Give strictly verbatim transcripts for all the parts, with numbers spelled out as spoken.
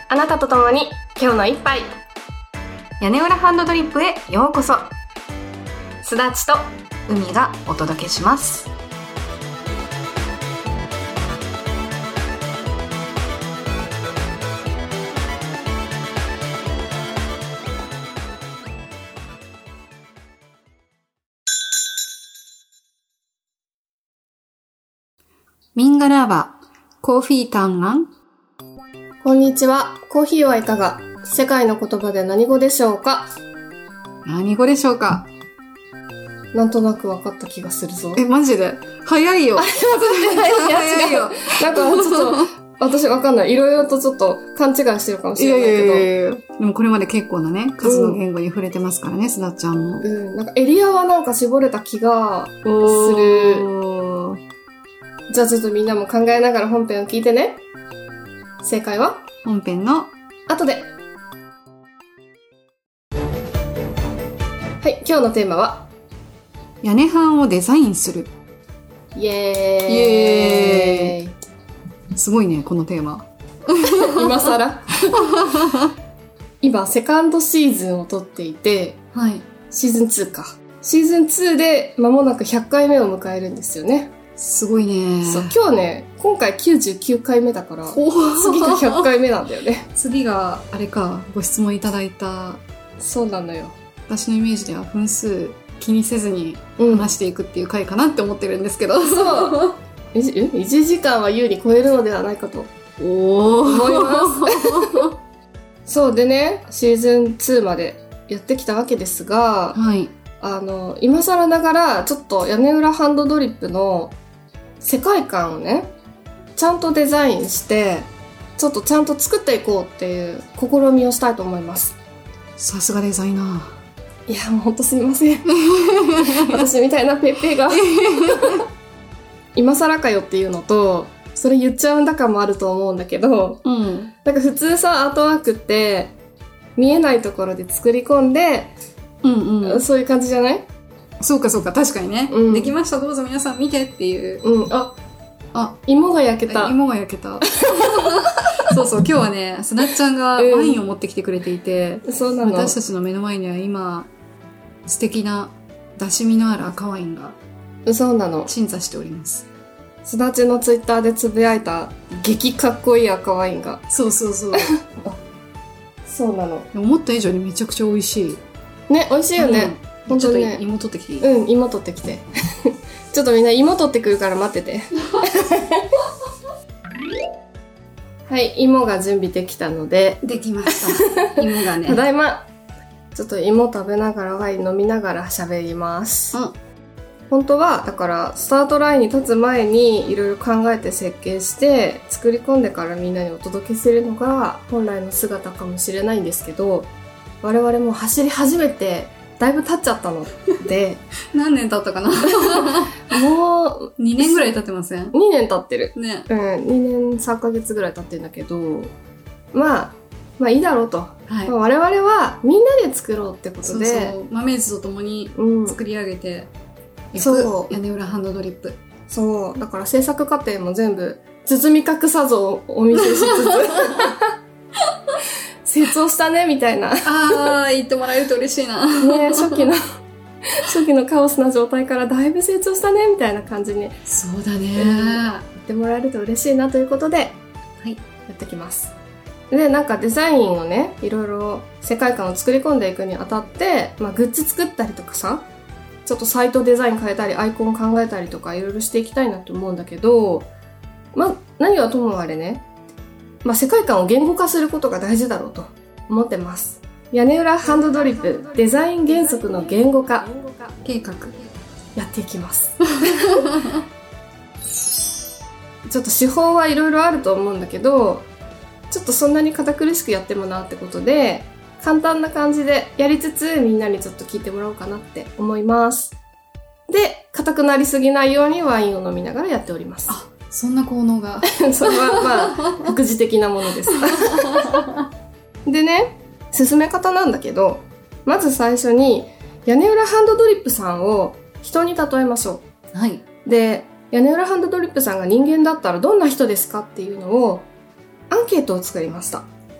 あなたと共に今日の一杯、 屋根裏ハンドドリップへようこそ。 すだちと海がお届けします。ミンガラーバーコーヒータンアン。 こんにちは。コーヒーはいかが？世界の言葉で何語でしょうか？ 何語でしょうか？ なんとなく分かった気がするぞ。 え、マジで早いよ。 早いよ。なんかちょっと、私分かんない。いろいろとちょっと勘違いしてるかもしれないけど。 いやいやいやいや。でもこれまで結構なね、数の言語に触れてますからね、うん、すだっちゃんも。 うん。なんかエリアはなんか絞れた気がする。じゃあちょっとみんなも考えながら本編を聞いてね。正解は本編の後で。はい、今日のテーマは屋根版をデザインする。 イエーイ。 イエーイ。すごいね、このテーマ。 今更今セカンドシーズンを撮っていて、 はい、 シーズンツーか。シーズンツーで間もなくひゃっかいめを迎えるんですよね。 すごいね。 そう、今日ね、今回きゅうじゅうきゅうかいめだから、次がひゃっかいめなんだよね。 次が、あれか、ご質問いただいた。 そうなのよ。 私のイメージでは分数気にせずに話していくっていう回かなって思ってるんですけど。 うん、そう。いちじかんは優に超えるのではないかとお思います。そうでね、シーズンツーまでやってきたわけですが、 はい、 あの、今更ながら、ちょっと屋根裏ハンドドリップの世界観をね、ちゃんとデザインして、ちょっとちゃんと作っていこうっていう試みをしたいと思います。 さすがデザイナー。 いや、もうほんとすみません。私みたいなペッペが。今更かよっていうのと、それ言っちゃうんだかもあると思うんだけど、 うん、 なんか普通さ、アートワークって見えないところで作り込んで、 うんうん、 そういう感じじゃない？ そうかそうか、確かにね、うん、できました、どうぞ皆さん見てっていう。 うん、あ、 あ、 芋が焼けた。 芋が焼けた。そうそう、今日はね、すなっちゃんがワインを持ってきてくれていて、 うん、そうなの。 私たちの目の前には今、素敵な出し身のある赤ワインが、 そうなの。 鎮座しております。 すだちのツイッターでつぶやいた激かっこいい赤ワインが。 そうそうそう。 そうなの。 思った以上にめちゃくちゃ美味しい。 ね、美味しいよね。うん本当にね、ちょっと芋取ってきていい？ うん、芋取ってきて。ちょっとみんな芋取ってくるから待ってて。はい、芋が準備できたので。 できました。芋がね。 ただいま。ちょっと芋食べながらワイン飲みながら喋ります。うん、本当は、だからスタートラインに立つ前にいろいろ考えて設計して作り込んでからみんなにお届けするのが本来の姿かもしれないんですけど、我々も走り始めてだいぶ経っちゃったので何年経ったかなもうにねんぐらい経ってません？ にねん経ってるね。 うん、にねんさんかげつぐらい経ってるんだけど、まあまあいいだろうと、はい、まあ、我々はみんなで作ろうってことで、 そうそう、豆酢と共に作り上げていく、そう屋根裏ハンドドリップ。 そうだから制作過程も全部包み隠さずお見せしつつ成長したねみたいな。 ああ、言ってもらえると嬉しいな。 ね、初期の初期のカオスな状態からだいぶ成長したねみたいな感じに。 そうだね、うん、 言ってもらえると嬉しいなということで、はい、やってきます。で、なんかデザインをね、いろいろ世界観を作り込んでいくにあたって、まあグッズ作ったりとかさ、ちょっとサイトデザイン変えたり、アイコン考えたりとかいろいろしていきたいなと思うんだけど、まあ何はともあれね、まあ、世界観を言語化することが大事だろうと思ってます。屋根裏ハンドドリップデザイン原則の言語化計画やっていきますちょっと手法はいろいろあると思うんだけど、ちょっとそんなに堅苦しくやってもなってことで、簡単な感じでやりつつみんなにちょっと聞いてもらおうかなって思います。で、硬くなりすぎないようにワインを飲みながらやっております。 あ、そんな効能がそれはまあ副次的なものですでね、進め方なんだけど、まず最初に屋根裏ハンドドリップさんを人に例えましょう。はい。 で、屋根裏ハンドドリップさんが人間だったらどんな人ですかっていうのをアンケートを作りました。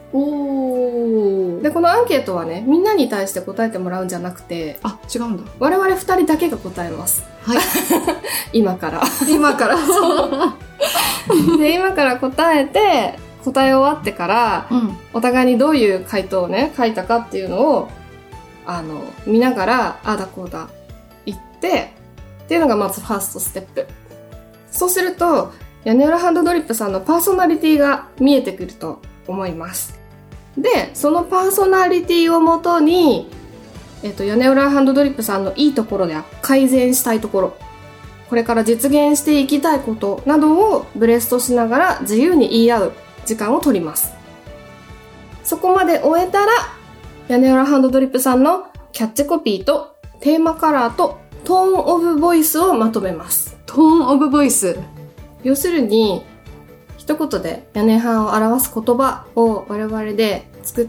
おー。 で、このアンケートはね、みんなに対して答えてもらうんじゃなくて、 あ、違うんだ。 我々二人だけが答えます。 はい。 今から。 今から。 で、今から答えて、答え終わってから、うん、お互いにどういう回答をね、書いたかっていうのを、あの、見ながら、ああだこうだ言って、っていうのがまずファーストステップ。そうすると、屋根裏ハンドドリップさんのパーソナリティが見えてくると思います。で、そのパーソナリティをもとに、えっと、屋根裏ハンドドリップさんのいいところや改善したいところ、これから実現していきたいことなどをブレストしながら自由に言い合う時間を取ります。そこまで終えたら、屋根裏ハンドドリップさんのキャッチコピーとテーマカラーとトーンオブボイスをまとめます。 トーンオブボイス。 要するに、一言で屋根ハンを表す言葉を我々で作って、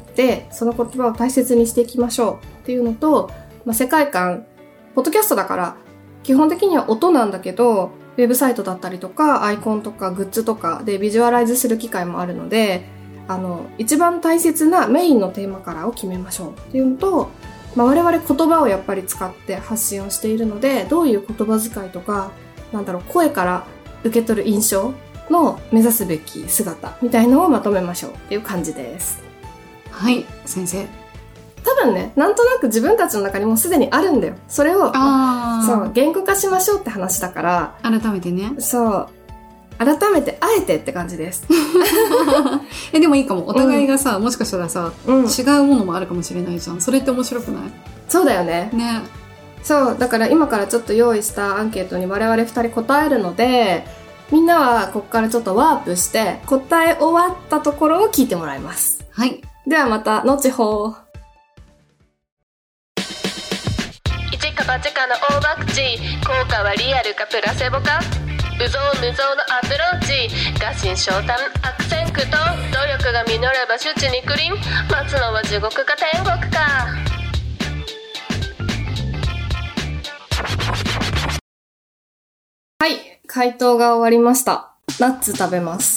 その言葉を大切にしていきましょうっていうのと、まあ、世界観、ポッドキャストだから、基本的には音なんだけど、ウェブサイトだったりとか、アイコンとかグッズとかでビジュアライズする機会もあるので、あの、一番大切なメインのテーマカラーを決めましょうっていうのと、まあ、我々言葉をやっぱり使って発信をしているので、どういう言葉遣いとか、なんだろう、声から受け取る印象の目指すべき姿みたいのをまとめましょうっていう感じです。 はい、先生。 多分ね、なんとなく自分たちの中にもうすでにあるんだよ。それを、 あそう、言語化しましょうって話だから。 改めてね。 そう。改めて、あえてって感じです。 え、でもいいかも。お互いがさ、うん、もしかしたらさ、うん、違うものもあるかもしれないじゃん。それって面白くない？ そうだよね。 ね。 そう、だから今からちょっと用意したアンケートに我々二人答えるので、みんなはここからちょっとワープして、答え終わったところを聞いてもらいます。 はい。 ではまた、後ほう。 一か八かの大ワクチン、効果はリアルかプラセボか、無造無造のアプローチ、臥薪嘗胆悪戦苦闘、努力が実れば周知にクリン、待つのは地獄か天国か。 はい、回答が終わりました。ナッツ食べます。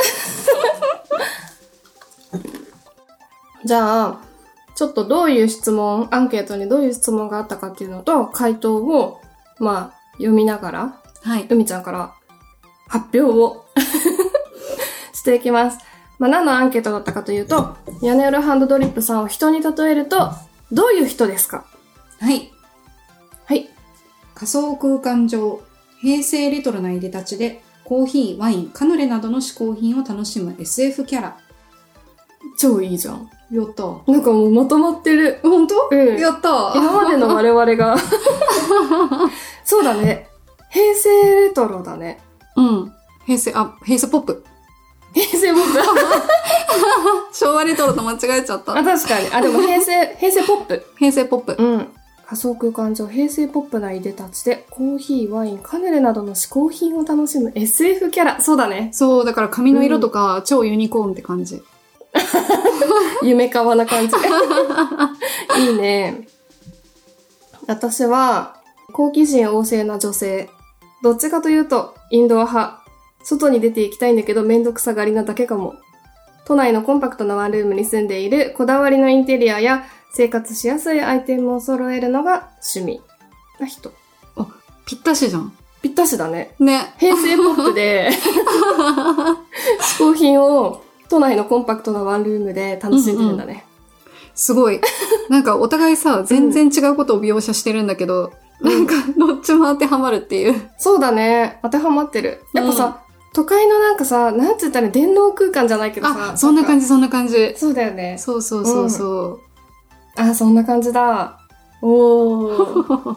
じゃあ、ちょっとどういう質問、アンケートにどういう質問があったかっていうのと、回答を、まあ、読みながら、 はい。 海ちゃんから発表をしていきます。まあ、何のアンケートだったかというと、屋根裏ハンドドリップさんを人に例えると、どういう人ですか？ はい。 はい。 仮想空間上、平成レトロないでたちで、コーヒー、ワイン、カヌレなどの嗜好品を楽しむ エスエフ キャラ。 超いいじゃん。 やった。 なんかもうまとまってる。 本当？ うん。 やった。 今までの我々が。そうだね。平成レトロだね。 うん。平成、あ、平成ポップ。 平成ポップ。 昭和レトロと間違えちゃった。 あ、確かに。あ、でも平成、平成ポップ。 平成ポップ。 うん。仮想空間上、平成ポップないでたちで、コーヒー、ワイン、カヌレなどの嗜好品を楽しむ エスエフ キャラ。そうだね。 そう、だから髪の色とか、うん、超ユニコーンって感じ。 夢かわな感じ。いいね。私は、好奇心旺盛な女性。どっちかというと、インドア派。外に出て行きたいんだけど、めんどくさがりなだけかも。都内のコンパクトなワンルームに住んでいる、こだわりのインテリアや、生活しやすいアイテムを揃えるのが趣味な人。 あ、ぴったしじゃん。 ぴったしだね。 ね。 平成ポップで、嗜好品を都内のコンパクトなワンルームで楽しんでるんだね。うんうん、 すごい。なんかお互いさ、全然違うことを描写してるんだけど、うん、なんかどっちも当てはまるっていう。 そうだね。当てはまってる。やっぱさ、うん、都会のなんかさ、なんつったら電脳空間じゃないけどさ。 あ、そんな感じそんな感じ。 そうだよね。 そうそうそうそう。うん、 あ、そんな感じだ。おー。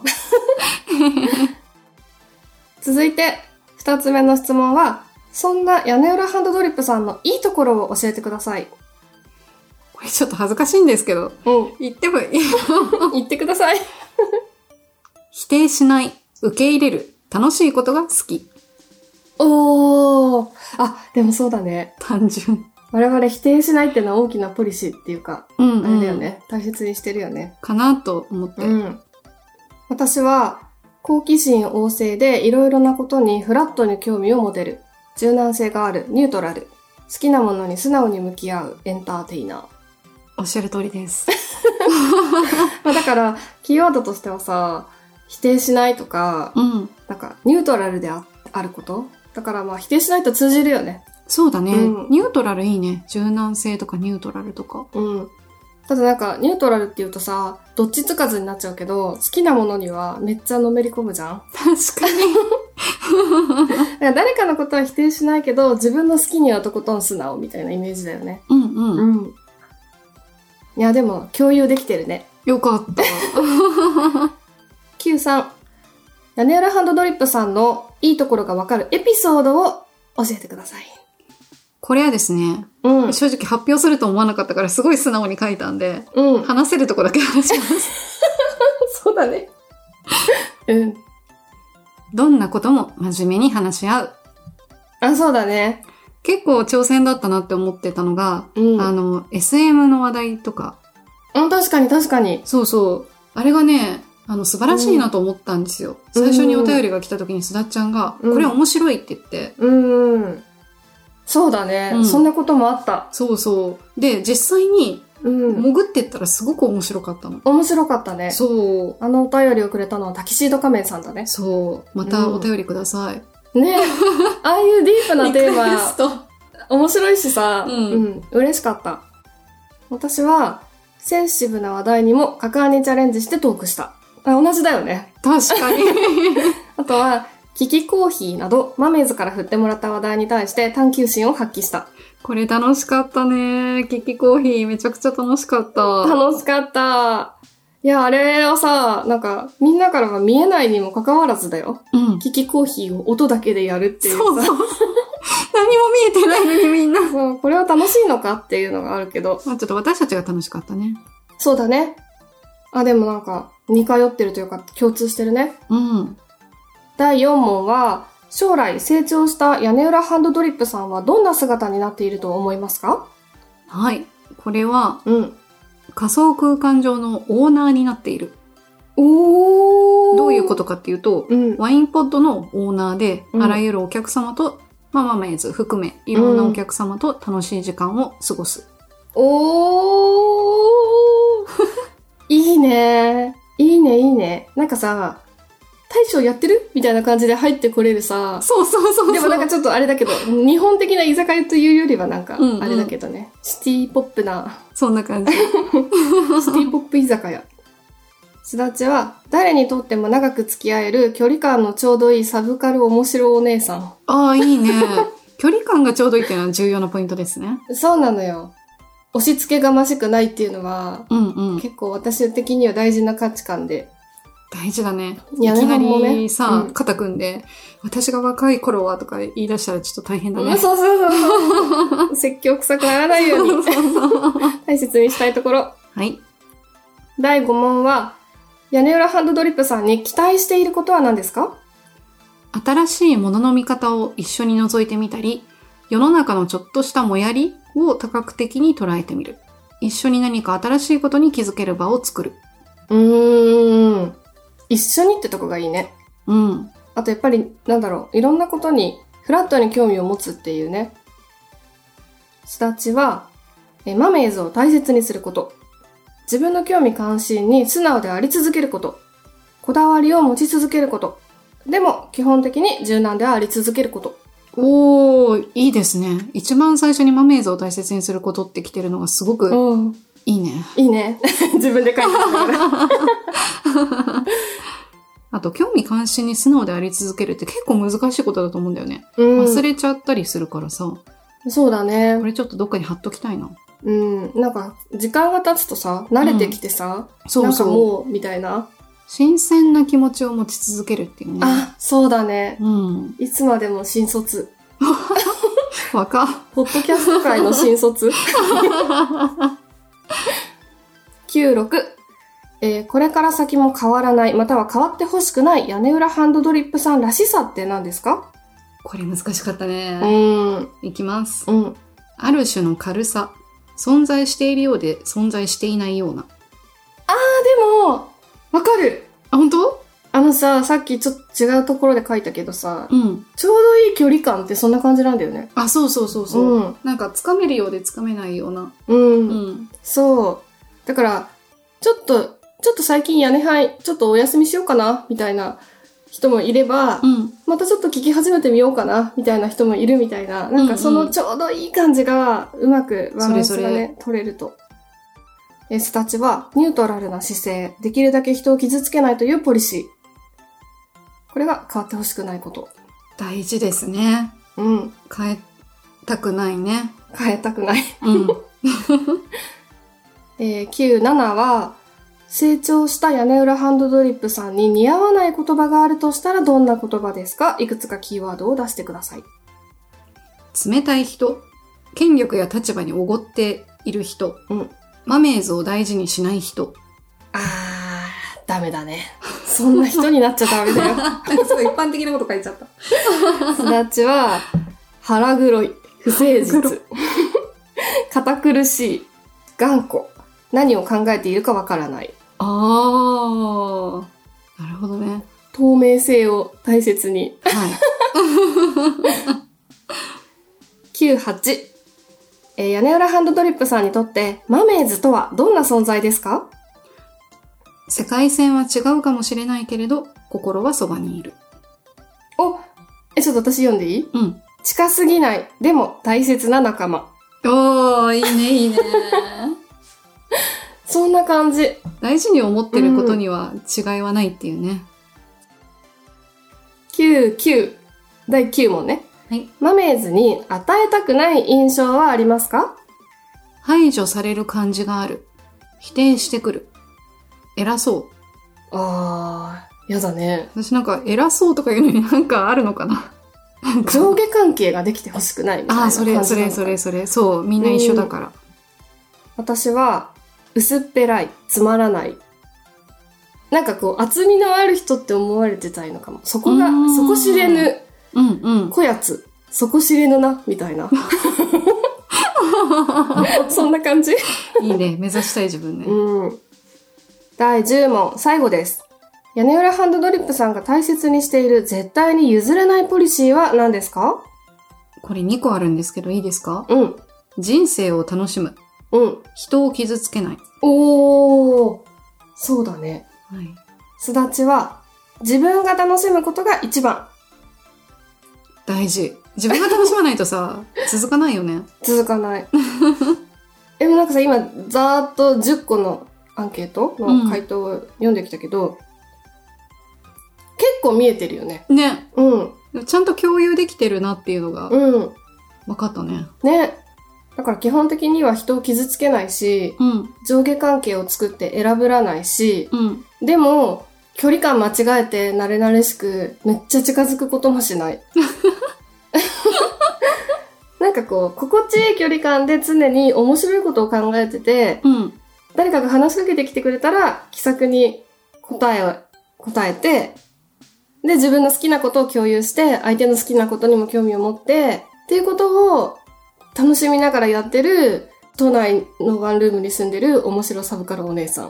続いて、二つ目の質問は、そんな屋根裏ハンドドリップさんのいいところを教えてください。 これちょっと恥ずかしいんですけど。 うん。 言ってもいい？ 言ってください。 否定しない。受け入れる。楽しいことが好き。 おー。あ、でもそうだね。 単純。 我々否定しないっていうのは大きなポリシーっていうか、 うんうん、 あれだよね。大切にしてるよね。 かなと思って。 うん。私は、好奇心旺盛でいろいろなことにフラットに興味を持てる。柔軟性がある。ニュートラル。 好きなものに素直に向き合うエンターテイナー。 おっしゃる通りです。 まあだから、キーワードとしてはさ、否定しないとか、 うん。 なんか、ニュートラルで あ, あること。だからまあ、否定しないと通じるよね。 そうだね、 うん。 ニュートラルいいね。柔軟性とかニュートラルとか。 うん。ただなんか、ニュートラルって言うとさ、どっちつかずになっちゃうけど、好きなものにはめっちゃのめり込むじゃん。 確かに。 だから誰かのことは否定しないけど、自分の好きにはとことん素直みたいなイメージだよね。 うんうん。 うん。いや、でも、共有できてるね。 よかった。 きゅうさん。屋根裏ハンドドリップさんのいいところがわかるエピソードを教えてください。 これはですね、 うん。 正直発表すると思わなかったからすごい素直に書いたんで、 うん。 話せるとこだけ話します。 そうだね。うん。 どんなことも真面目に話し合う。 あ、そうだね。 結構挑戦だったなって思ってたのが、 うん。 あの、エスエム の話題とか。 うん、確かに確かに。 そうそう。あれがね、あの、素晴らしいなと思ったんですよ。 うん、 最初にお便りが来た時にすだっちゃんが、 うん、 これ面白いって言って。 うん。そうだね、うん。そんなこともあった。 そうそう。で、実際に、うん、潜ってったらすごく面白かったの。 面白かったね。 そう。 あのお便りをくれたのはタキシード仮面さんだね。 そう。またお便りください。 うん、ねああいうディープなテーマ、面白いしさ、 うん、 うん、嬉しかった。私は、センシティブな話題にも果敢にチャレンジしてトークした。あ、同じだよね。 確かに。 あとは、キキコーヒーなど、マメーズから振ってもらった話題に対して探求心を発揮した。 これ楽しかったね。キキコーヒーめちゃくちゃ楽しかった。 楽しかった。いや、あれはさ、なんか、みんなからは見えないにもかかわらずだよ。 うん。 キキコーヒーを音だけでやるっていうさ。 そうそう。何も見えてないのにみんな。 そう、これは楽しいのかっていうのがあるけど。 まあちょっと私たちが楽しかったね。 そうだね。あ、でもなんか、似通ってるというか、共通してるね。 うん。 だいよん問は、将来成長した屋根裏ハンドドリップさんはどんな姿になっていると思いますか？ はい。これは、 うん。 仮想空間上のオーナーになっている。 おー。 どういうことかっていうと、 うん、 ワインポッドのオーナーで、 うん、 あらゆるお客様と、まあマメーズ含め、いろんなお客様と楽しい時間を過ごす。 うん、おー。いいね。いいね、いいね。なんかさ、大将やってるみたいな感じで入ってこれるさ。 そうそうそうそう。 でもなんかちょっとあれだけど、日本的な居酒屋というよりはなんか、 うんうん、 あれだけどね。シティポップな。 そんな感じ。シティポップ居酒屋。すだちは、誰にとっても長く付き合える距離感のちょうどいいサブカル面白お姉さん。 ああ、いいね。距離感がちょうどいいっていうのは重要なポイントですね。 そうなのよ。押し付けがましくないっていうのは、 うんうん、 結構私的には大事な価値観で。 大事だね。 いきなりさ、 ねうん、 肩組んで、私が若い頃はとか言い出したらちょっと大変だね。 うん、そうそうそうそう。説教臭くならないように大切にしたいところ。 はい。 だいご問は、屋根裏ハンドドリップさんに期待していることは何ですか？ 新しいものの見方を一緒に覗いてみたり、世の中のちょっとしたもやりを多角的に捉えてみる。一緒に何か新しいことに気づける場を作る。 うーん。一緒にってとこがいいね。 うん。 あとやっぱり、なんだろう、いろんなことにフラットに興味を持つっていうね。すだちは、えマメーズを大切にすること。自分の興味関心に素直であり続けること。こだわりを持ち続けること。でも、基本的に柔軟であり続けること。 おー、いいですね。一番最初にマメーズを大切にすることって来てるのがすごくいいね。 いいね。自分で書いてあるから。 あと、興味関心に素直であり続けるって結構難しいことだと思うんだよね。 うん、 忘れちゃったりするからさ。 そうだね。 これちょっとどっかに貼っときたいな。 うん。なんか、時間が経つとさ、慣れてきてさ、うん、そうそう。なんかもう、みたいな。 新鮮な気持ちを持ち続けるっていうね。 あ、そうだね。 うん。 いつまでも新卒。 若っ。 ポッドキャスト界の新卒。きゅうろく、えー、これから先も変わらない、または変わってほしくない屋根裏ハンドドリップさんらしさって何ですか？ これ難しかったね。 うん。 いきます。 うん。 ある種の軽さ。存在しているようで存在していないような。 あー、でも、わかる。 あ、本当？ あのさ、さっきちょっと違うところで書いたけどさ、 うん。 ちょうどいい距離感ってそんな感じなんだよね。 あ、そうそうそうそう。 うん。 なんか、つかめるようでつかめないような。 うん。 うん。 そう。だから、ちょっと、ちょっと最近屋根杯、ちょっとお休みしようかな、みたいな人もいれば、 うん。 またちょっと聞き始めてみようかな、みたいな人もいるみたいな。なんかそのちょうどいい感じが、うまくバランスがね、 それそれ取れると。え、スタッチは、ニュートラルな姿勢、できるだけ人を傷つけないというポリシー。これが変わってほしくないこと。 大事ですね。 うん。 変えたくないね。 変えたくない。 うん。 えー、きゅう、ななは、成長した屋根裏ハンドドリップさんに似合わない言葉があるとしたらどんな言葉ですか？いくつかキーワードを出してください。 冷たい人。権力や立場におごっている人。 うん。 マメーズを大事にしない人。 あー、ダメだね。そんな人になっちゃダメだよ。 すごい一般的なこと書いちゃった。 すだっちは、腹黒い、不誠実、堅苦しい、頑固、何を考えているかわからない。 あー、なるほどね。 透明性を大切に。 はい。 きゅう、はち、えー、屋根裏ハンドドリップさんにとってマメーズとはどんな存在ですか？ 世界線は違うかもしれないけれど、心はそばにいる。 お、え、ちょっと私読んでいい？ うん。 近すぎない、でも大切な仲間。 おー、いいね、いいね。 そんな感じ。 大事に思ってることには違いはないっていうね。 きゅう、きゅう。だいきゅう問ね。 はい。 マメーズに与えたくない印象はありますか？ 排除される感じがある。否定してくる。偉そう。 あー、やだね。 私なんか偉そうとか言うのになんかあるのかな。 上下関係ができてほしくないみたいなああ、 感じなのか。 それ、それ、それ、それ。そう、みんな一緒だから。 私は、薄っぺらい、つまらない。なんかこう、厚みのある人って思われてたいのかも。そこが、底知れぬ、 うんうん。 こやつ、底知れぬな、みたいな。そんな感じ？ いいね、目指したい自分ね。 うん。だいじゅう問、最後です。屋根裏ハンドドリップさんが大切にしている絶対に譲れないポリシーは何ですか？ これにこあるんですけどいいですか？ うん。 人生を楽しむ。 うん。 人を傷つけない。 おー。そうだね。 はい。 すだちは、自分が楽しむことが一番。 大事。自分が楽しまないとさ、続かないよね。 続かない。でもなんかさ、今、ざーっとじゅっこのアンケートの回答を読んできたけど、結構見えてるよね。 ね。 うん。 ちゃんと共有できてるなっていうのが、 うん。 分かったね。 ね。だから基本的には人を傷つけないし、 うん。 上下関係を作って選ぶらないし、 うん。 でも、距離感間違えて慣れ慣れしく、めっちゃ近づくこともしない。なんかこう、心地いい距離感で常に面白いことを考えてて、 うん。 誰かが話しかけてきてくれたら、気さくに答えを、答えて、で、自分の好きなことを共有して、相手の好きなことにも興味を持って、っていうことを楽しみながらやってる、都内のワンルームに住んでる面白サブカルお姉さん。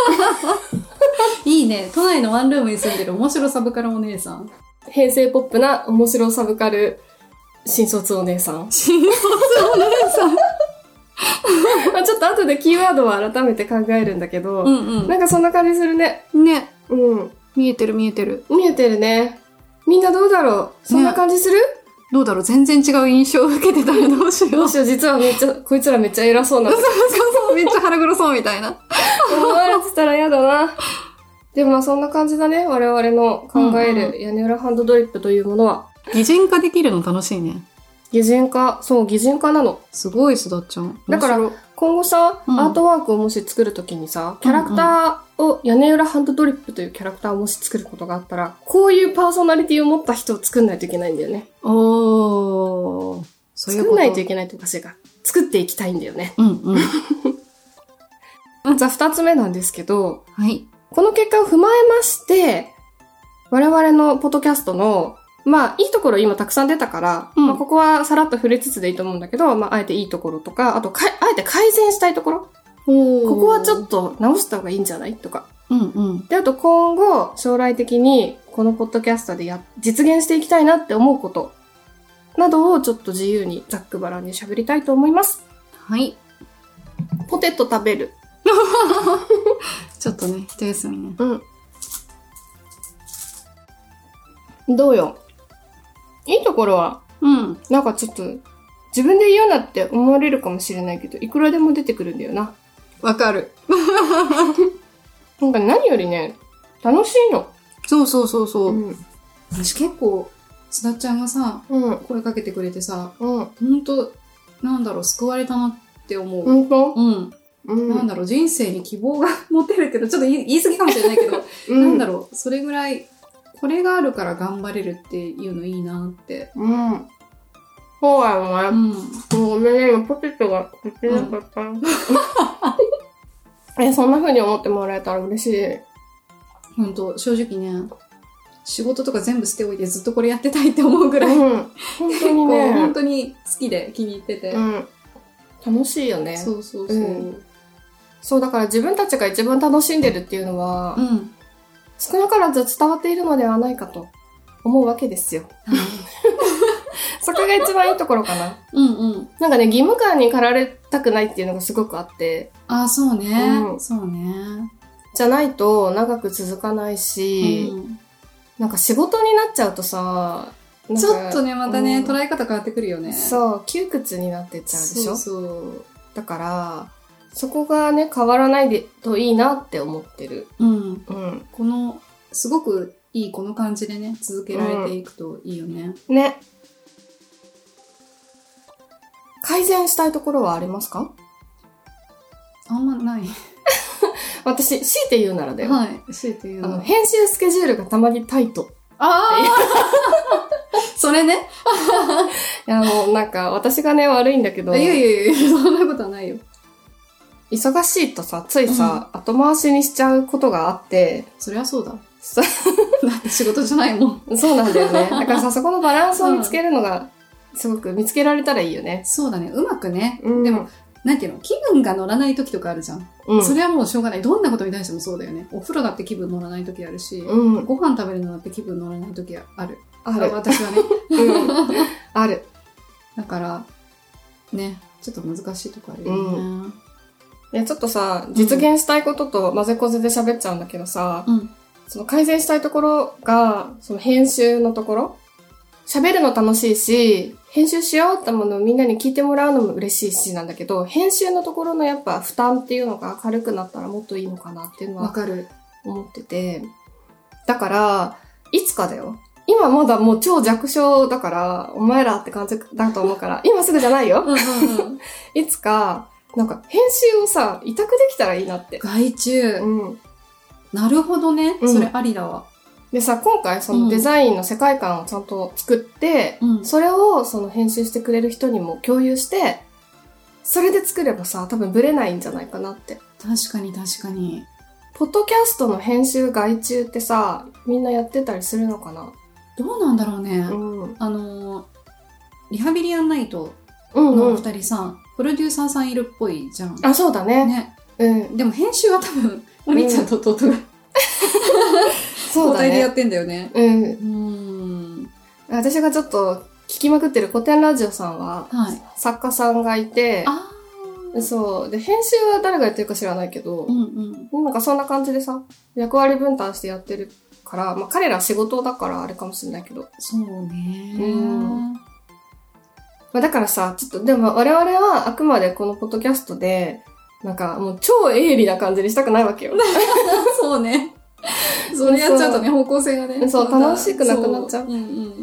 いいね。都内のワンルームに住んでる面白サブカルお姉さん。 平成ポップな面白サブカル新卒お姉さん。 新卒お姉さん。 まあちょっと後でキーワードは改めて考えるんだけど、 うんなんかそんな感じするね。 うん。ね。 うん。 見えてる見えてる。 見えてるね。みんなどうだろう？そんな感じする？ね、 どうだろう？全然違う印象を受けてたらどうしよう。 どうしよう、実はめっちゃ、こいつらめっちゃ偉そうな。 そうそうそう、めっちゃ腹黒そうみたいな。 思われてたら嫌だな。でもまあそんな感じだね。我々の考える屋根裏ハンドドリップというものは。 擬人化できるの楽しいね。 擬人化。そう、擬人化なの。 すごいすだっちゃん。 だから今後さ、うん、アートワークをもし作るときにさ、キャラクターを、屋根裏ハンドドリップというキャラクターをもし作ることがあったら、こういうパーソナリティを持った人を作んないといけないんだよね。 おー。そういうこと。 作んないといけないっておかしいが、作っていきたいんだよね。 うんうん。 じゃあ二つ目なんですけど、 はい。 この結果を踏まえまして、我々のポッドキャストの、まあ、いいところ今たくさん出たから、うんまあ、ここはさらっと触れつつでいいと思うんだけど、まあ、あえていいところとか、あとか、あえて改善したいところ。ここはちょっと直した方がいいんじゃないとか。 うんうん。 で、あと今後、将来的にこのポッドキャストでや、実現していきたいなって思うことなどをちょっと自由にざっくばらんに喋りたいと思います。 はい。 ポテト食べる。 ちょっとね、一休みね。 うん。どうよ。いいところは、 うん。 なんかちょっと、自分で言うなって思われるかもしれないけど、いくらでも出てくるんだよな。 わかる。 なんか何よりね、楽しいの。 そうそうそうそう。 うん、 私結構、すだちゃんがさ、 うん、 声かけてくれてさ、 うん、 ほんと、なんだろう、救われたなって思う。 ほんと？ うん。うん、なんだろう、人生に希望が持てるけど、ちょっと言い言い過ぎかもしれないけど、うん、なんだろう、それぐらい、これがあるから頑張れるっていうのいいなって。 うん。そうやろね。うん。もうごめんね、今ポテトが口の中いっぱい。うん、え、そんな風に思ってもらえたら嬉しい。 ほんと、正直ね、仕事とか全部捨ておいてずっとこれやってたいって思うぐらい、うん、 本当にね、 本当に好きで気に入ってて。 うん。楽しいよね。 そうそうそう。うん、 そう、だから自分たちが一番楽しんでるっていうのは、うん、少なからず伝わっているのではないかと思うわけですよ。そこが一番いいところかな。 うんうん。 なんかね、義務感に駆られたくないっていうのがすごくあって。 あ、そうね。うん、そうね。 じゃないと長く続かないし、うん、なんか仕事になっちゃうとさ、 ちょっとね、またね、うん、捉え方変わってくるよね。 そう、窮屈になってっちゃうでしょ。 そうそう。 だから、そこがね、変わらないでといいなって思ってる。 うん。うん。この、すごくいいこの感じでね、続けられていくといいよね。 うん、ね。改善したいところはありますか？ あんまない。 私、強いて言うならだよ。 はい。強いて言うなら。 あの、編集スケジュールがたまにタイト。 ああそれね。 いや、もうなんか、私がね、悪いんだけど。 いやいやいや、そんなことはないよ。 忙しいとさ、ついさ、うん、後回しにしちゃうことがあって。 そりゃそうだ。だって仕事じゃないもん。 そうなんだよね。だからさ、そこのバランスを見つけるのが、すごく見つけられたらいいよね。 そうだね。うまくね。うん、でも、なんていうの、気分が乗らない時とかあるじゃん。うん、それはもうしょうがない。どんなことに対してもそうだよね。お風呂だって気分乗らない時あるし、うん、ご飯食べるのだって気分乗らない時ある。 ある。 私はね。 うん、ある。 だから、ね、ちょっと難しいとこあるよね。うん、 いや、ちょっとさ、実現したいことと混ぜこぜで喋っちゃうんだけどさ、うん、その改善したいところが、その編集のところ、喋るの楽しいし、編集しようってものをみんなに聞いてもらうのも嬉しいしなんだけど、編集のところのやっぱ負担っていうのが軽くなったらもっといいのかなっていうのはわかる思ってて。だから、いつかだよ。今まだもう超弱小だから、お前らって感じだと思うから、今すぐじゃないよ。いつか、なんか編集をさ、委託できたらいいなって。 外注。うん。なるほどね。それありだわ。 でさ、今回そのデザインの世界観をちゃんと作って、うん、それをその編集してくれる人にも共有して、それで作ればさ、多分ブレないんじゃないかなって。 確かに確かに。 ポッドキャストの編集外注ってさ、みんなやってたりするのかな？ どうなんだろうね。うん、あの、リハビリアンナイトのお二人さ、うんうん、プロデューサーさんいるっぽいじゃん。 あ、そうだね。 ね。うん。でも編集は多分、お兄ちゃんと弟が、うん、交代でやってんだよね。 うん。うん。私がちょっと聞きまくってる古典ラジオさんは、はい、作家さんがいて、あそう。で、編集は誰がやってるか知らないけど、うんうん、なんかそんな感じでさ、役割分担してやってるから、まあ彼ら仕事だからあれかもしれないけど。 そうね。うん。 まあだからさ、ちょっと、でも我々はあくまでこのポッドキャストで、なんかもう超鋭利な感じにしたくないわけよ。 そうね。それやっちゃうとね、方向性がね。 そう、楽しくなくなっちゃう。うんうん、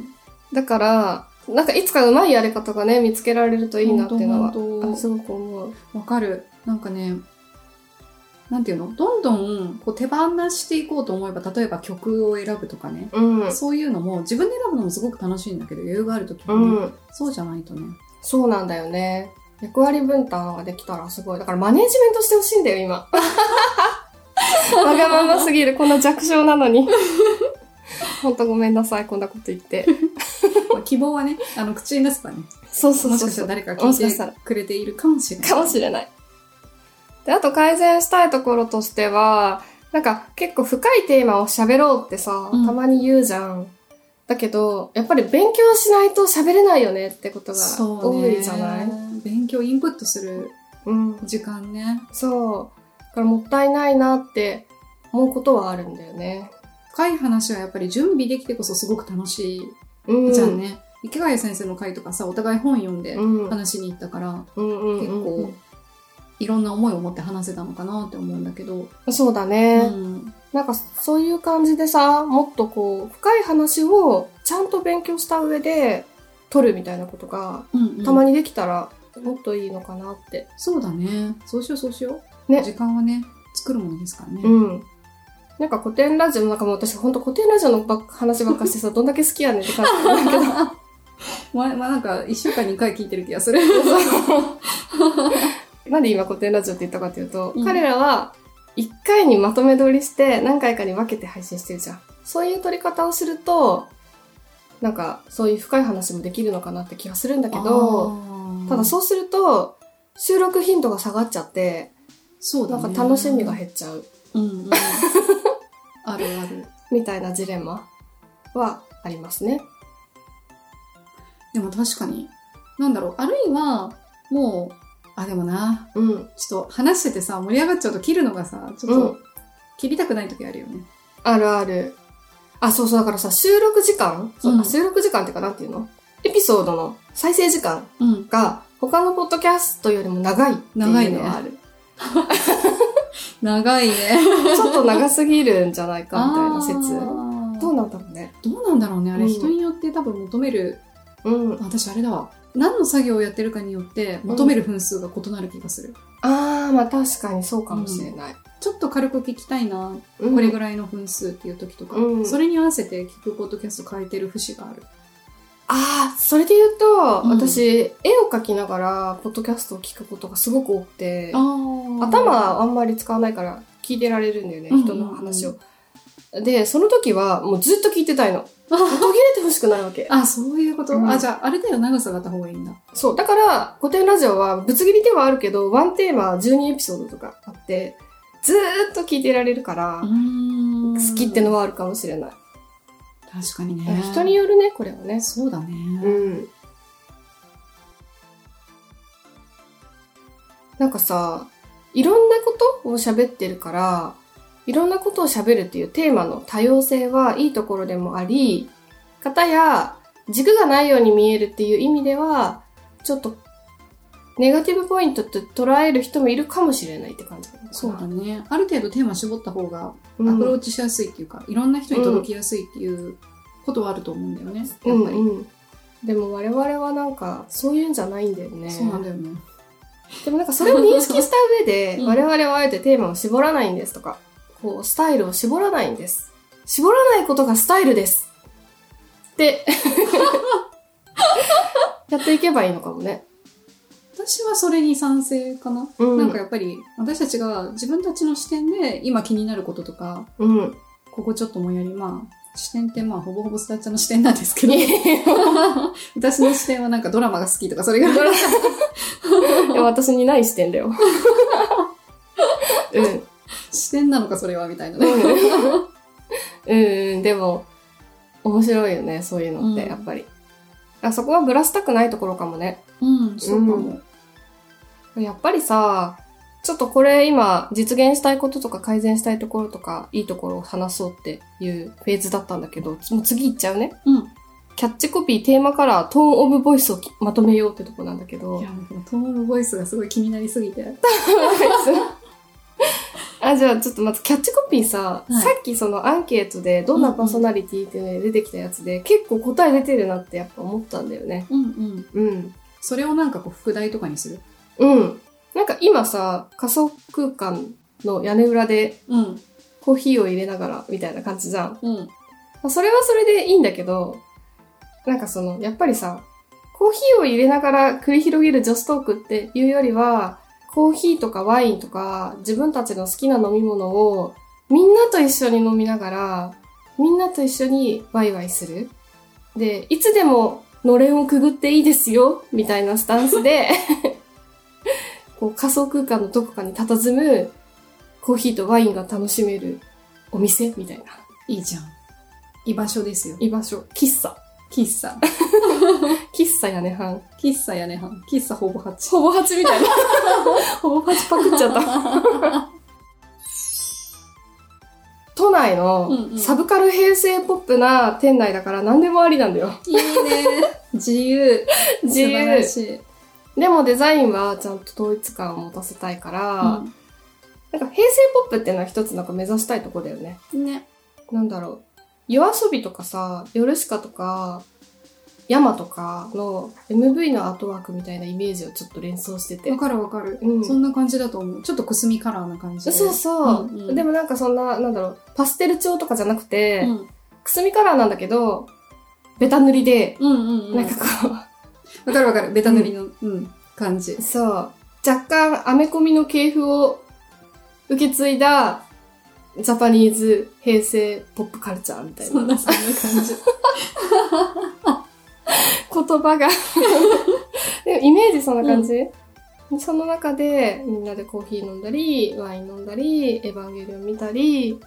だから、なんかいつかうまいやり方がね、見つけられるといいなっていうのは、あすごく思う。 わかる。なんかね、なんていうのどんどんこう手放していこうと思えば、例えば曲を選ぶとかね、うん、そういうのも自分で選ぶのもすごく楽しいんだけど、余裕があるときに、ねうん、そうじゃないとね。 そうなんだよね。役割分担ができたらすごい。だからマネージメントしてほしいんだよ、今。わがまますぎる、こんな弱小なのに。ほんとごめんなさい、こんなこと言って。 希望はね、あの、口に出せばね。 そうそうそう。 もしかしたら誰か聞いてくれているかもしれない。 かもしれない。で、あと改善したいところとしては、 なんか結構深いテーマを喋ろうってさ、 うん、 たまに言うじゃん。だけど、やっぱり勉強しないと喋れないよねってことが多いじゃない？ 勉強インプットする時間ね。 うん、そう。だからもったいないなって思うことはあるんだよね。 深い話はやっぱり準備できてこそすごく楽しい、うん、じゃんね。池谷先生の回とかさ、お互い本読んで話に行ったから、うん、結構いろんな思いを持って話せたのかなって思うんだけど。 そうだね。うん、なんかそういう感じでさ、もっとこう深い話をちゃんと勉強した上で取るみたいなことが、うんうん、たまにできたらもっといいのかなって。 そうだね。そうしようそうしよう。ね。時間はね、作るものですからね。 うん。なんか古典ラジオ、なんかもう私ほんと古典ラジオのば話ばっかしてさ、どんだけ好きやねんって感じなんだけど。 まあ、まあなんかいっしゅうかんにいっかい聞いてる気がする。 なんで今古典ラジオって言ったかっていうと、うん、彼らはいっかいにまとめ撮りして何回かに分けて配信してるじゃん。そういう撮り方をすると、なんかそういう深い話もできるのかなって気がするんだけど、ただそうすると収録頻度が下がっちゃって、 そうだね、 なんか楽しみが減っちゃう。うんうん、 あるある。 みたいなジレンマはありますね。 でも確かに、なんだろう、あるいはもう、あ、でもな、うん、ちょっと話しててさ、盛り上がっちゃうと切るのがさ、ちょっと切りたくない時あるよね。うん、 あるある。あ、そうそう、だからさ、収録時間、そう、うん、収録時間っていうかなんていうの？エピソードの再生時間が他のポッドキャストよりも長いっていうのはある。 長いね。 ちょっと長すぎるんじゃないかみたいな説。どうなんだろうね。 どうなんだろうね。あれ、うん、人によって多分求める、うん、私あれだわ。何の作業をやってるかによって求める分数が異なる気がする。 うん、ああ、まあ確かにそうかもしれない。うん、 ちょっと軽く聞きたいな、うん、これぐらいの分数っていう時とか、うん、それに合わせて聞くポッドキャスト変えてる節がある。 ああ、それで言うと、うん、私、絵を描きながら、ポッドキャストを聞くことがすごく多くて、頭あんまり使わないから聞いてられるんだよね、人の話を。で、その時はもうずっと聞いてたいの。途切れてほしくないわけ。 あ、そういうこと、うん、あ、じゃあ、ある程度長さがあった方がいいんだ。 そう。だから、古典ラジオはぶつ切りではあるけど、ワンテーマじゅうにエピソードとかあって、ずーっと聞いてられるから、好きってのはあるかもしれない。 確かにね。 人によるね、これはね。 そうだね。 うん。なんかさ、いろんなことを喋ってるから、いろんなことを喋るっていうテーマの多様性はいいところでもあり、かたや軸がないように見えるっていう意味では、ちょっとネガティブポイントって捉える人もいるかもしれないって感じ。 そうだね。ある程度テーマ絞った方がアプローチしやすいっていうか、うん、いろんな人に届きやすいっていうことはあると思うんだよね。やっぱり。うんうん、 でも我々はなんかそういうんじゃないんだよね。 そうなんだよね。 でもなんかそれを認識した上で、うん、我々はあえてテーマを絞らないんですとか、こうスタイルを絞らないんです。絞らないことがスタイルです。ってやっていけばいいのかもね。 私はそれに賛成かな、うん、なんかやっぱり私たちが自分たちの視点で今気になることとか、うん、ここちょっともやり、まあ視点ってまあほぼほぼスタッチャの視点なんですけど私の視点はなんかドラマが好きとかそれがいや私にない視点だようん、視点なのかそれはみたいなねうん、うん、でも面白いよねそういうのって、うん、やっぱりあそこはぶらしたくないところかもね。 うんそうかも、 うん、やっぱりさちょっとこれ今実現したいこととか改善したいところとかいいところを話そうっていうフェーズだったんだけど、もう次行っちゃうね。 うん。 キャッチコピー、テーマカラー、トーンオブボイスをまとめようってとこなんだけど。 いや、もうトーンオブボイスがすごい気になりすぎて。 あ、じゃあちょっとまずキャッチコピーさ、はい、さっきそのアンケートでどんなパーソナリティっていうので出てきたやつで、うんうん、結構答え出てるなってやっぱ思ったんだよね。 うんうん。うん。それをなんかこう副題とかにする？ うん。なんか今さ、仮想空間の屋根裏で、コーヒーを入れながらみたいな感じじゃん。 うん。 それはそれでいいんだけど、なんかその、やっぱりさ、コーヒーを入れながら繰り広げる女子トークっていうよりは、コーヒーとかワインとか自分たちの好きな飲み物をみんなと一緒に飲みながら、みんなと一緒にワイワイする。で、いつでものれんをくぐっていいですよ、みたいなスタンスで、こう仮想空間のどこかに佇むコーヒーとワインが楽しめるお店みたいな。 いいじゃん。居場所ですよ。 居場所。喫茶。 喫茶。 喫茶屋根半。 喫茶屋根半。喫茶ほぼ八。 ほぼ八みたいな。ほぼ八パクっちゃった。都内のサブカル平成ポップな店内だから何でもありなんだよ。 いいね。自由。 自由。 素晴らしい。 でもデザインはちゃんと統一感を持たせたいから、うん、なんか平成ポップっていうのは一つなんか目指したいとこだよね。 ね。 なんだろう。夜遊びとかさ、ヨルシカとか、ヤマとかの エムブイ のアートワークみたいなイメージをちょっと連想してて。 わかるわかる、 うん。 そんな感じだと思う。ちょっとくすみカラーな感じで。 そうそう、うんうん。でもなんかそんな、なんだろう、パステル調とかじゃなくて、うん、くすみカラーなんだけど、ベタ塗りで、 うんうんうん、 なんかこう。 わかるわかる。ベタ塗りの、うん、うん、感じ。 そう。若干アメコミの系譜を受け継いだ、ジャパニーズ平成ポップカルチャーみたいな。 そんな、そんな感じ。 言葉がでもイメージそんな感じ、うん、その中でみんなでコーヒー飲んだり、ワイン飲んだり、エヴァンゲリオン見たり。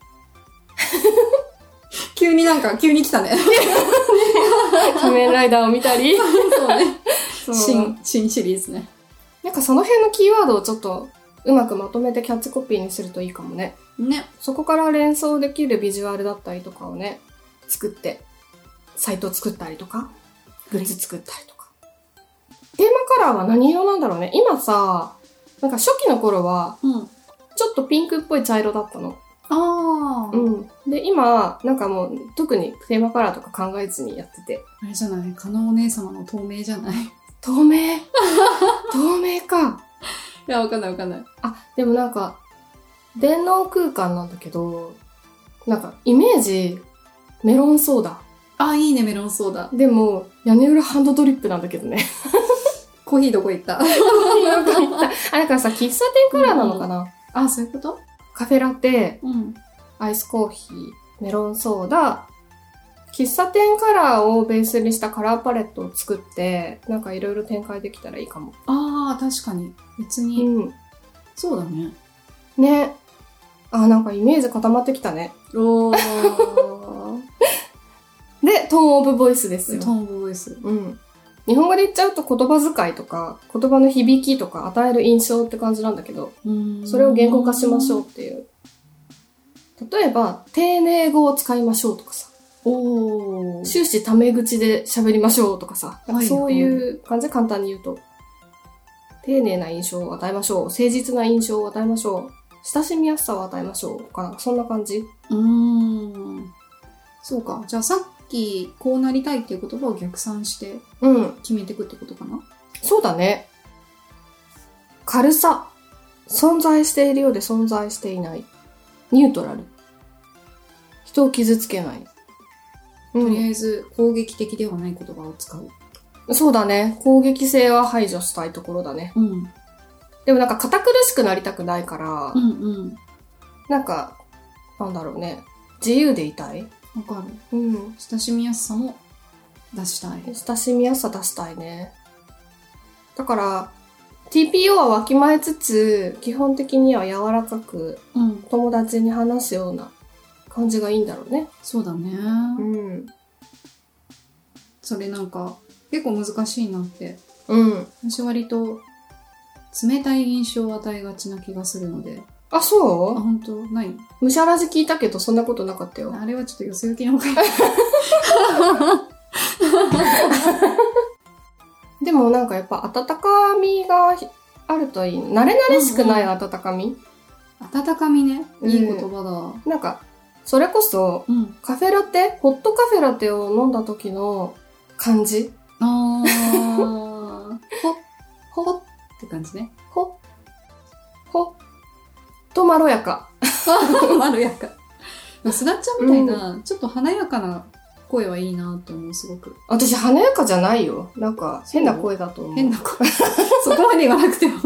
急になんか、急に来たね。 仮面ライダーを見たり。 そうね。そう新、新シリーズね。 なんかその辺のキーワードをちょっとうまくまとめてキャッチコピーにするといいかもね。 ね。そこから連想できるビジュアルだったりとかをね、作って、サイトを作ったりとか、グッズ作ったりとか。テーマカラーは何色なんだろうね。今さ、なんか初期の頃は、うん、ちょっとピンクっぽい茶色だったの。 ああ。 うん。で、今、なんかもう、特にテーマカラーとか考えずにやってて。 あれじゃない？加納お姉様の透明じゃない？ 透明透明か。 いや、わかんないわかんない。 あ、でもなんか、電脳空間なんだけど、なんか、イメージ、メロンソーダ。 あ、いいね、メロンソーダ。 でも、屋根裏ハンドドリップなんだけどね。 コーヒーどこ行った？コーヒーどこ行った。あ、だからさ、喫茶店カラーなのかな、うん、 あ、そういうこと？ カフェラテ、 うん、 アイスコーヒー、メロンソーダ、喫茶店カラーをベースにしたカラーパレットを作って、なんかいろいろ展開できたらいいかも。 ああ、確かに。別に。うん。そうだね。 ね。あ、なんかイメージ固まってきたね。 おー。 で、トーンオブボイスですよ。 トーンオブボイス。 うん。日本語で言っちゃうと言葉遣いとか、言葉の響きとか与える印象って感じなんだけど、それを言語化しましょうっていう。例えば、丁寧語を使いましょうとかさ。 おー。 終始タメ口で喋りましょうとかさ。なんかそういう感じで簡単に言うと。丁寧な印象を与えましょう。誠実な印象を与えましょう。親しみやすさを与えましょう。とか、なんかそんな感じ。 うーん。そうか。じゃあさっき、こうなりたいっていう言葉を逆算して、うん。決めていくってことかな、うん、 そうだね。軽さ。存在しているようで存在していない。ニュートラル。人を傷つけない。 とりあえず、攻撃的ではない言葉を使う。 そうだね。攻撃性は排除したいところだね。 うん。 でもなんか堅苦しくなりたくないから、 うんうん。 なんか、なんだろうね。自由でいたい。 わかる。うん。 親しみやすさも出したい。 親しみやすさ出したいね。だから、ティーピーオー はわきまえつつ、基本的には柔らかく、うん、友達に話すような感じがいいんだろうね。 そうだね。 うん。 それなんか、結構難しいなって。 うん。 私割と、冷たい印象を与えがちな気がするので。 あ、そう？ あ、本当？ない？ むしゃらじ聞いたけど、そんなことなかったよ。 あれはちょっとよそ行きの回。 でもなんかやっぱ温かみがあるといい。慣れ慣れしくない温かみ、うんうん、温かみね。いい言葉だ。 うん、なんか、それこそ、うん、カフェラテ、ホットカフェラテを飲んだ時の感じ。 あー。ほ、ほって感じね。 ほ、ほ、とまろやか。 まろやか。すだっちゃんみたいな、うん、ちょっと華やかな声はいいなと思う、すごく。 私、華やかじゃないよ。なんか、変な声だと思う。 変な声。そこまで言わなくても。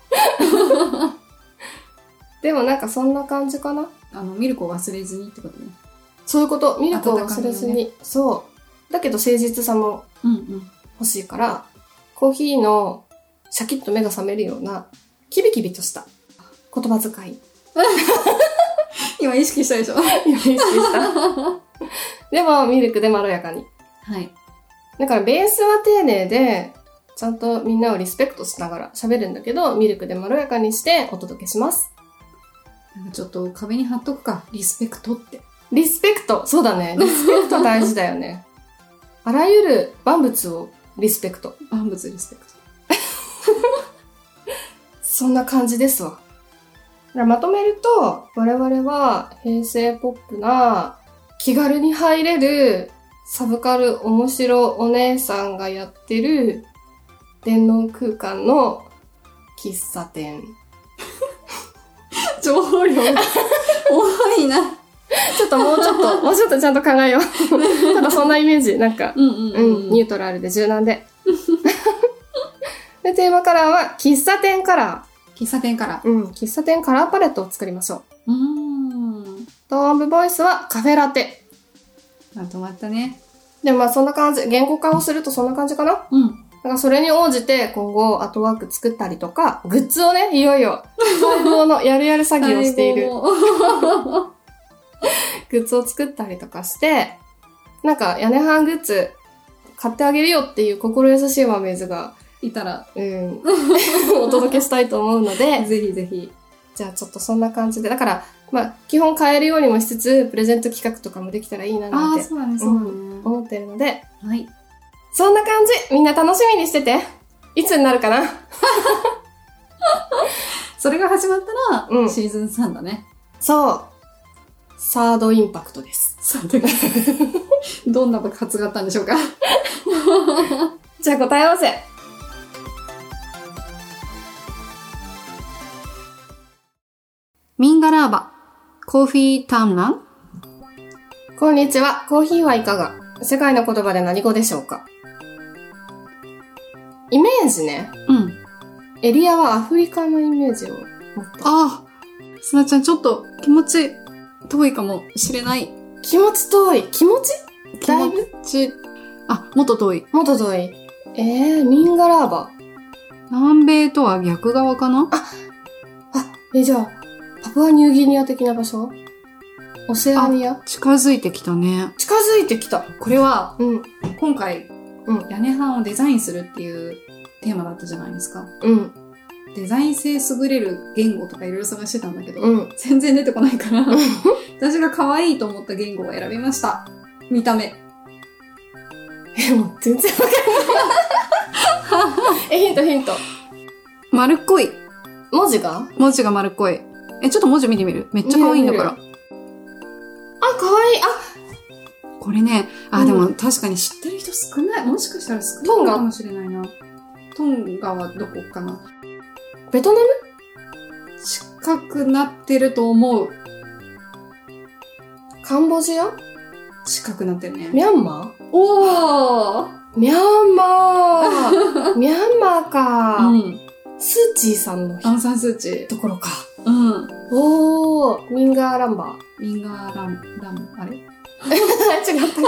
でもなんかそんな感じかな。 あの、ミルクを忘れずにってことね。 そういうこと。ミルクを忘れずに。ね、そう。だけど誠実さも欲しいから、うんうん、コーヒーのシャキッと目が覚めるような、キビキビとした言葉遣い今意識したでしょ。 今意識した。でも、ミルクでまろやかに。 はい。 だから、ベースは丁寧で、ちゃんとみんなをリスペクトしながら喋るんだけど、ミルクでまろやかにしてお届けします。 なんかちょっと壁に貼っとくか。リスペクトって。 リスペクト。そうだね。リスペクト大事だよね。あらゆる万物をリスペクト。 万物リスペクト。 そんな感じですわ。まとめると、我々は平成ポップな気軽に入れるサブカル面白お姉さんがやってる電脳空間の喫茶店。 情報量が多いな。 ちょっともうちょっと、もうちょっとちゃんと考えよう。ただそんなイメージ、なんか、うんうんうんうん、ニュートラルで柔軟で。で、テーマカラーは喫茶店カラー。喫茶店カラー。うん、喫茶店カラーパレットを作りましょう。うーん。トーンオブボイスはカフェラテ。 まとまったね。 でもまあそんな感じ、言語化をするとそんな感じかな。うん。だからそれに応じて今後アートワーク作ったりとか、グッズをね、いよいよ、待望のやるやる作業をしている。グッズを作ったりとかして、なんか屋根班グッズ買ってあげるよっていう心優しいワンメイズがいたら、 うん、お届けしたいと思うので、 ぜひぜひ。 じゃあちょっとそんな感じで、だから、まあ、基本買えるようにもしつつ、プレゼント企画とかもできたらいいななんて、 あそうだね、そうだね、うん、 思ってるので、 はい。 そんな感じ、みんな楽しみにしてて。いつになるかなそれが始まったら、うん、シーズンさんだね。 そう。サードインパクトです。 サードインパクト。どんな爆発があったんでしょうか。 じゃあ答え合わせ。 ミンガラーバ、コーヒーターンラン。 こんにちは。コーヒーはいかが？世界の言葉で何語でしょうか？イメージね。うん。エリアはアフリカのイメージを持った。 ああ。すなちゃんちょっと気持ち遠いかもしれない。 気持ち遠い。気持ち？ 気持ち。あ、もっと遠い。 もっと遠い。えー、ミンガラーバ。 南米とは逆側かな？ あ、あ、え、じゃあ、パプアニューギニア的な場所？オセアニア？ 近づいてきたね。 近づいてきた。 これは、うん、今回、うん、屋根班をデザインするっていうテーマだったじゃないですか。うん。デザイン性優れる言語とかいろいろ探してたんだけど、うん、全然出てこないから、私が可愛いと思った言語を選びました。見た目。 え、もう全然わかんない。え、ヒントヒント。 丸っこい。 文字が文字が丸っこい。え、ちょっと文字見てみる？めっちゃ可愛いんだから。あ、 可愛い。あ、 これね、あ、うん、でも確かに知ってる人少ない。もしかしたら少ないかもしれないな。トンガはどこかな？ ベトナム？ 近くなってると思う。 カンボジア？ 近くなってるね。 ミャンマー？ おー！ ミャンマーミャンマーか。うん。スーチーさんのアンサンスーチー。 ところか。 うん。 おー、ミンガーランバー。ミンガーラン、ラン、あれ違ったっけ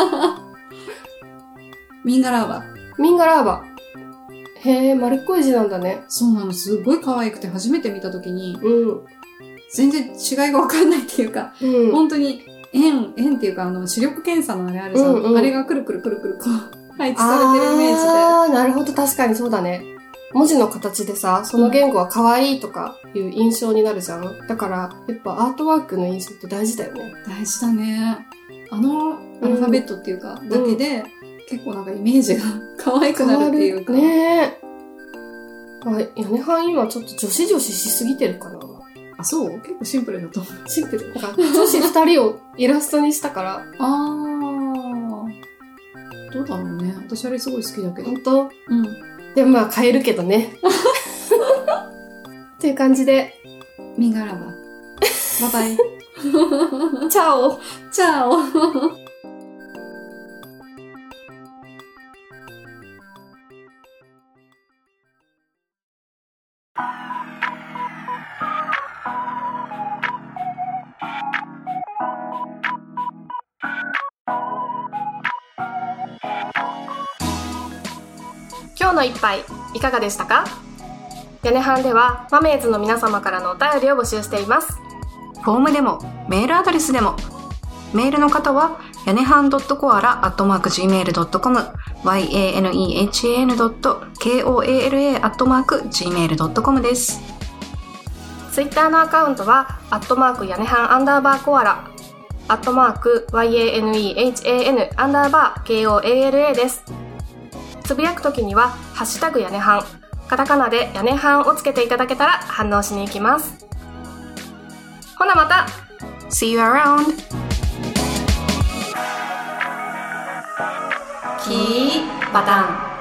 ミンガラーバ。 ミンガラーバ。へえ、丸っこい字なんだね。 そうなの、すごい可愛くて初めて見たときに、うん。全然違いがわかんないっていうか、うん、本当に円、円っていうか、あの、視力検査のあれあるじゃん。うんうん、あれがくるくるくるくるこう、配置されてるイメージで。 あー、なるほど、確かにそうだね。文字の形でさ、その言語は可愛いとかいう印象になるじゃん。だから、やっぱアートワークの印象って大事だよね。 大事だね。あのアルファベットっていうか、うん、だけで、結構なんかイメージが可愛くなるっていうか。 ねえ。屋根班今ちょっと女子女子しすぎてるかな。 あ、そう？結構シンプルだと思う。 シンプル。なんか女子二人をイラストにしたから。 あー。どうだろうね。私あれすごい好きだけど。 ほんと？うん。でもまあ買えるけどね。っていう感じで。 ミンガラバ。バイバイ。 チャオ。 チャオ。 今日の一杯いかがでしたか？ 屋根班ではマメーズの皆様からのお便りを募集しています。 フォームでもメールアドレスでも。メールの方はやねはん .koala アットマーク ジーメール ドットコム ヤネハン ドット コアラ アットマーク ジーメール ドットコム です。 ツイッターのアカウントはアットマーク屋根班アンダーバーコアラ、アットマーク ヤネハン アンダーバー コアラ です。つぶやくときにはハッシュタグ屋根班、カタカナで屋根班をつけていただけたら反応しに行きます。ほなまた See you around! キーバタン